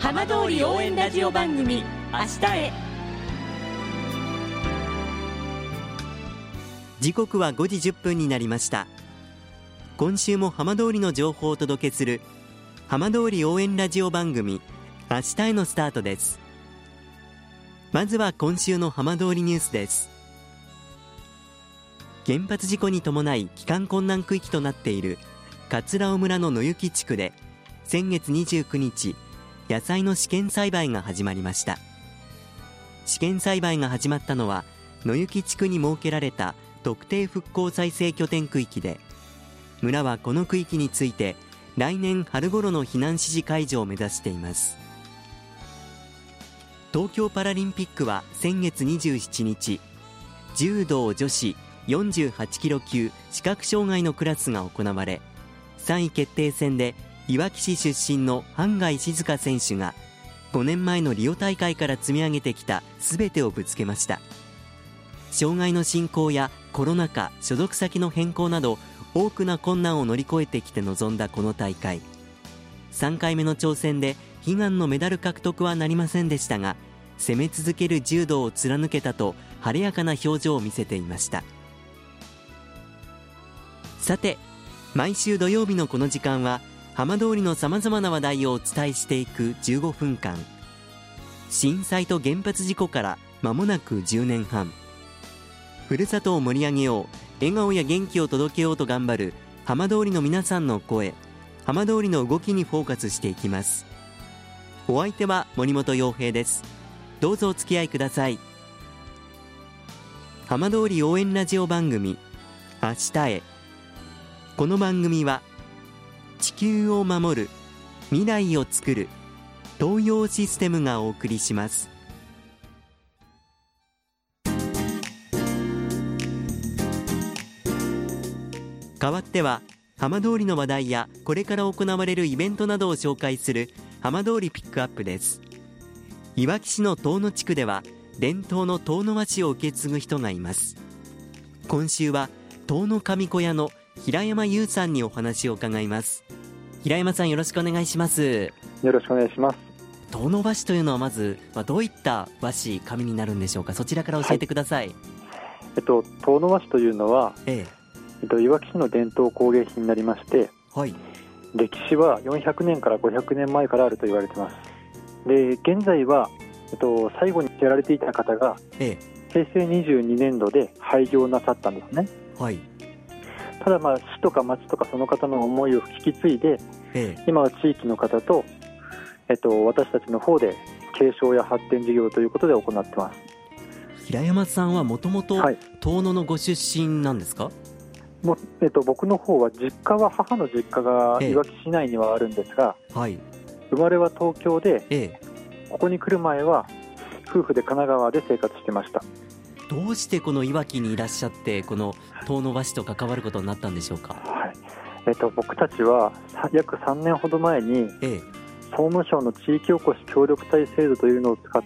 浜通り応援ラジオ番組明日へ。 時刻は5時10分になりました。今週も浜通りの情報をお届けする浜通り応援ラジオ番組明日へのスタートです。まずは今週の浜通りニュースです。原発事故に伴い帰還困難区域となっている葛尾村の野行地区で先月29日野菜の試験栽培が始まりました。試験栽培が始まったのは野行地区に設けられた特定復興再生拠点区域で、村はこの区域について来年春頃の避難指示解除を目指しています。東京パラリンピックは先月27日柔道女子48キロ級視覚障害のクラスが行われ、3位決定戦でいわき市出身の半谷静香選手が5年前のリオ大会から積み上げてきた全てをぶつけました。障害の進行やコロナ禍、所属先の変更など多くの困難を乗り越えてきて臨んだこの大会、3回目の挑戦で悲願のメダル獲得はなりませんでしたが、攻め続ける柔道を貫けたと晴れやかな表情を見せていました。さて、毎週土曜日のこの時間は浜通りのさまざまな話題をお伝えしていく15分間。震災と原発事故から間もなく10年半、ふるさとを盛り上げよう、笑顔や元気を届けようと頑張る浜通りの皆さんの声、浜通りの動きにフォーカスしていきます。お相手は森本洋平です。どうぞお付き合いください。浜通り応援ラジオ番組明日へ。この番組は地球を守る、未来をつくる東洋システムがお送りします。代わっては浜通りの話題やこれから行われるイベントなどを紹介する浜通りピックアップです。いわき市の遠野地区では伝統の遠野和紙を受け継ぐ人がいます。今週は遠野上小屋の平山優さんにお話を伺います。平山さん、よろしくお願いします。 よろしくお願いします。 遠野和紙というのはまず、どういった和紙紙になるんでしょうか。そちらから教えてください。 はい、遠野和紙というのは、いわき市の伝統工芸品になりまして、はい、歴史は400年から500年前からあると言われています。で、現在は、最後にやられていた方が、平成22年度で廃業なさったんですね。はい、ただ、市とか町とかその方の思いを引き継いで、今は地域の方と、私たちの方で継承や発展事業ということで行っています。 平山さんはもともと遠野のご出身なんですか？ 僕の方は母の実家がいわき市内にはあるんですが、生まれは東京で、ここに来る前は夫婦で神奈川で生活してました。 どうしてこのいわきにいらっしゃってこの遠野和紙と関わることになったんでしょうか？ 僕たちは約3年ほど前に、総務省の地域おこし協力隊制度というのを使って、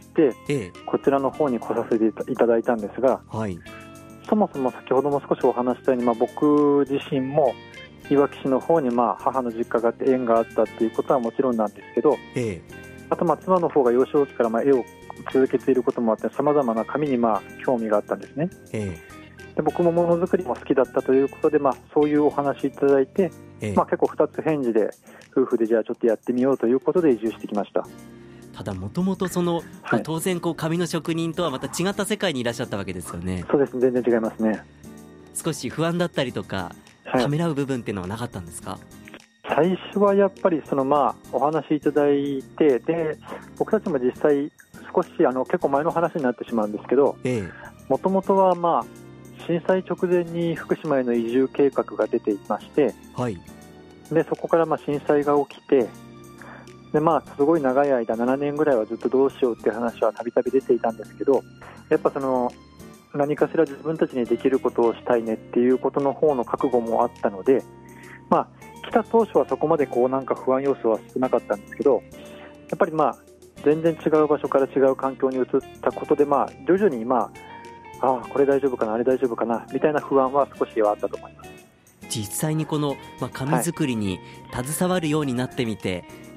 こちらの方に来させていただいたんですが、そもそも先ほども少しお話したように、僕自身もいわき市の方に母の実家があって縁があったっていうことはもちろんなんですけど、あと妻の方が幼少期から絵を続けていることもあって、さまざまな紙に興味があったんですね。で、僕もものづくりも好きだったということで、そういうお話いただいて、結構2つ返事で夫婦でじゃあちょっとやってみようということで移住してきました。 ただもともと当然紙の職人とはまた違った世界にいらっしゃったわけですよね。 そうですね、全然違いますね。 少し不安だったりとか、ためらう部分っていうのはなかったんですか？ 最初はやっぱりお話いただいて、で僕たちも実際少し結構前の話になってしまうんですけど、もともとは震災直前に福島への移住計画が出ていまして、でそこから震災が起きて、ですごい長い間7年ぐらいはずっとどうしようっていう話はたびたび出ていたんですけど、やっぱ何かしら自分たちにできることをしたいねっていうことの方の覚悟もあったので、来た当初はそこまでなんか不安要素は少なかったんですけど、やっぱり全然違う場所から違う環境に移ったことで、徐々にこれ大丈夫かな、あれ大丈夫かなみたいな不安は少しはあったと思います。 実際にこの紙作りに携わるようになってみて、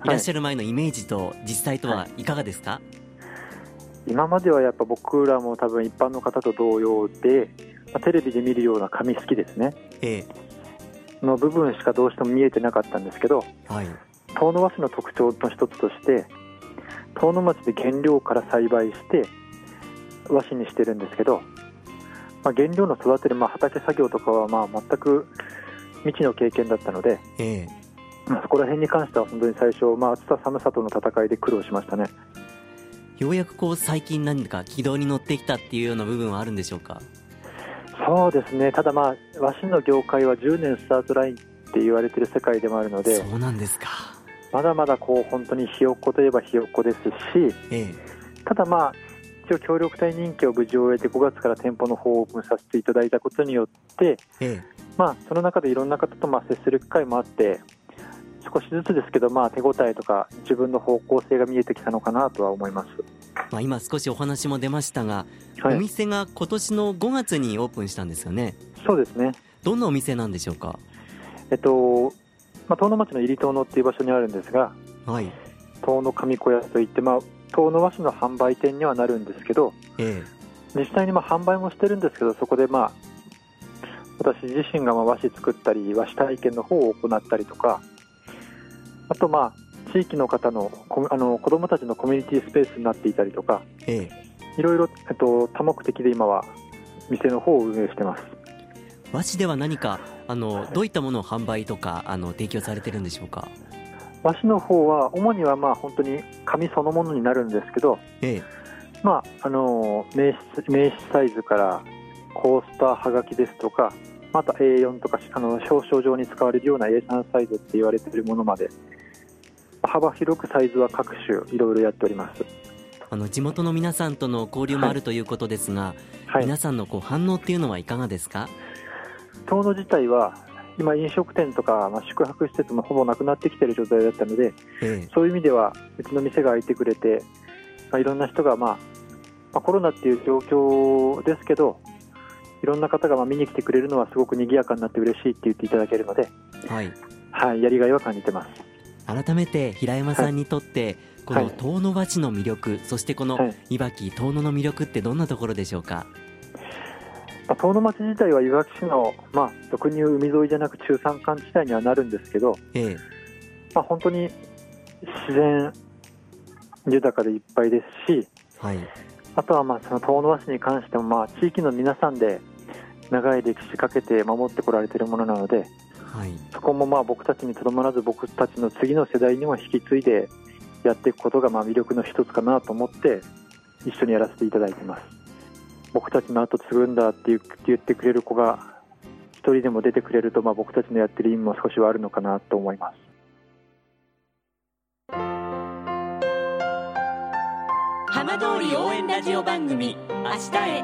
いらっしゃる前のイメージと実際とはいかがですか？ 今まではやっぱ僕らも多分一般の方と同様で、テレビで見るような紙すきですね、の部分しかどうしても見えてなかったんですけど、遠野和紙の特徴の一つとして遠野町で原料から栽培して和紙にしてるんですけど、原料の育てる畑作業とかは全く未知の経験だったので、そこら辺に関しては本当に最初、暑さ寒さとの戦いで苦労しましたね。 ようやく最近何か軌道に乗ってきたっていうような部分はあるんでしょうか？ そうですね、ただ和紙の業界は10年スタートラインって言われている世界でもあるので、 そうなんですか。 まだまだ本当にひよっこといえばひよっこですし、ただ一応協力隊任期を無事終えて5月から店舗の方をオープンさせていただいたことによって、その中でいろんな方と接する機会もあって少しずつですけど手応えとか自分の方向性が見えてきたのかなとは思います。 今少しお話も出ましたが、お店が今年の5月にオープンしたんですよね。 そうですね。 どんなお店なんでしょうか？ 遠野町の入遠野っていう場所にあるんですが、遠野上小屋といって、遠野和紙の販売店にはなるんですけど、実際に販売もしてるんですけど、そこで私自身が和紙作ったり和紙体験の方を行ったりとか、あと地域の方の子どもたちのコミュニティスペースになっていたりとか、いろいろ多目的で今は店の方を運営してます。 和紙では何かどういったものを販売とか提供されてるんでしょうか？ 和紙の方は主には本当に紙そのものになるんですけど、名刺サイズからコースターはがきですとか、あと A4 とか表彰状に使われるような A3 サイズって言われているものまで幅広くサイズは各種いろいろやっております。 地元の皆さんとの交流もあるということですが、皆さんの反応っていうのはいかがですか？ 遠野自体は今飲食店とか、宿泊施設もほぼなくなってきている状態だったので、そういう意味ではうちの店が開いてくれて、いろんな人が、コロナっていう状況ですけどいろんな方が見に来てくれるのはすごく賑やかになって嬉しいって言っていただけるので、やりがいは感じてます。 改めて平山さんにとって、この遠野和紙の魅力、そしてこのいわき遠野の魅力ってどんなところでしょうか？ 遠野町自体はいわき市の、俗に言う海沿いじゃなく中山間地帯にはなるんですけど、本当に自然豊かでいっぱいですし、あとはその遠野和紙に関しても地域の皆さんで長い歴史かけて守ってこられているものなので、そこも僕たちにとどまらず僕たちの次の世代にも引き継いでやっていくことが魅力の一つかなと思って一緒にやらせていただいています。僕たちの後継ぐんだって言ってくれる子が一人でも出てくれると、僕たちのやってる意味も少しはあるのかなと思います。 浜通り応援ラジオ番組明日へ。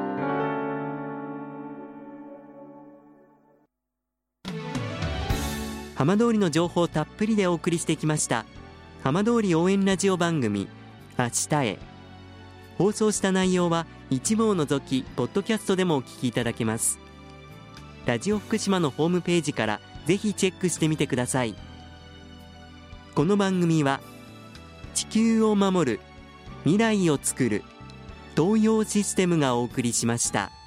浜通りの情報たっぷりでお送りしてきました浜通り応援ラジオ番組明日へ。放送した内容は一部を除きポッドキャストでもお聞きいただけます。ラジオ福島のホームページからぜひチェックしてみてください。この番組は地球を守る未来をつくる東洋システムがお送りしました。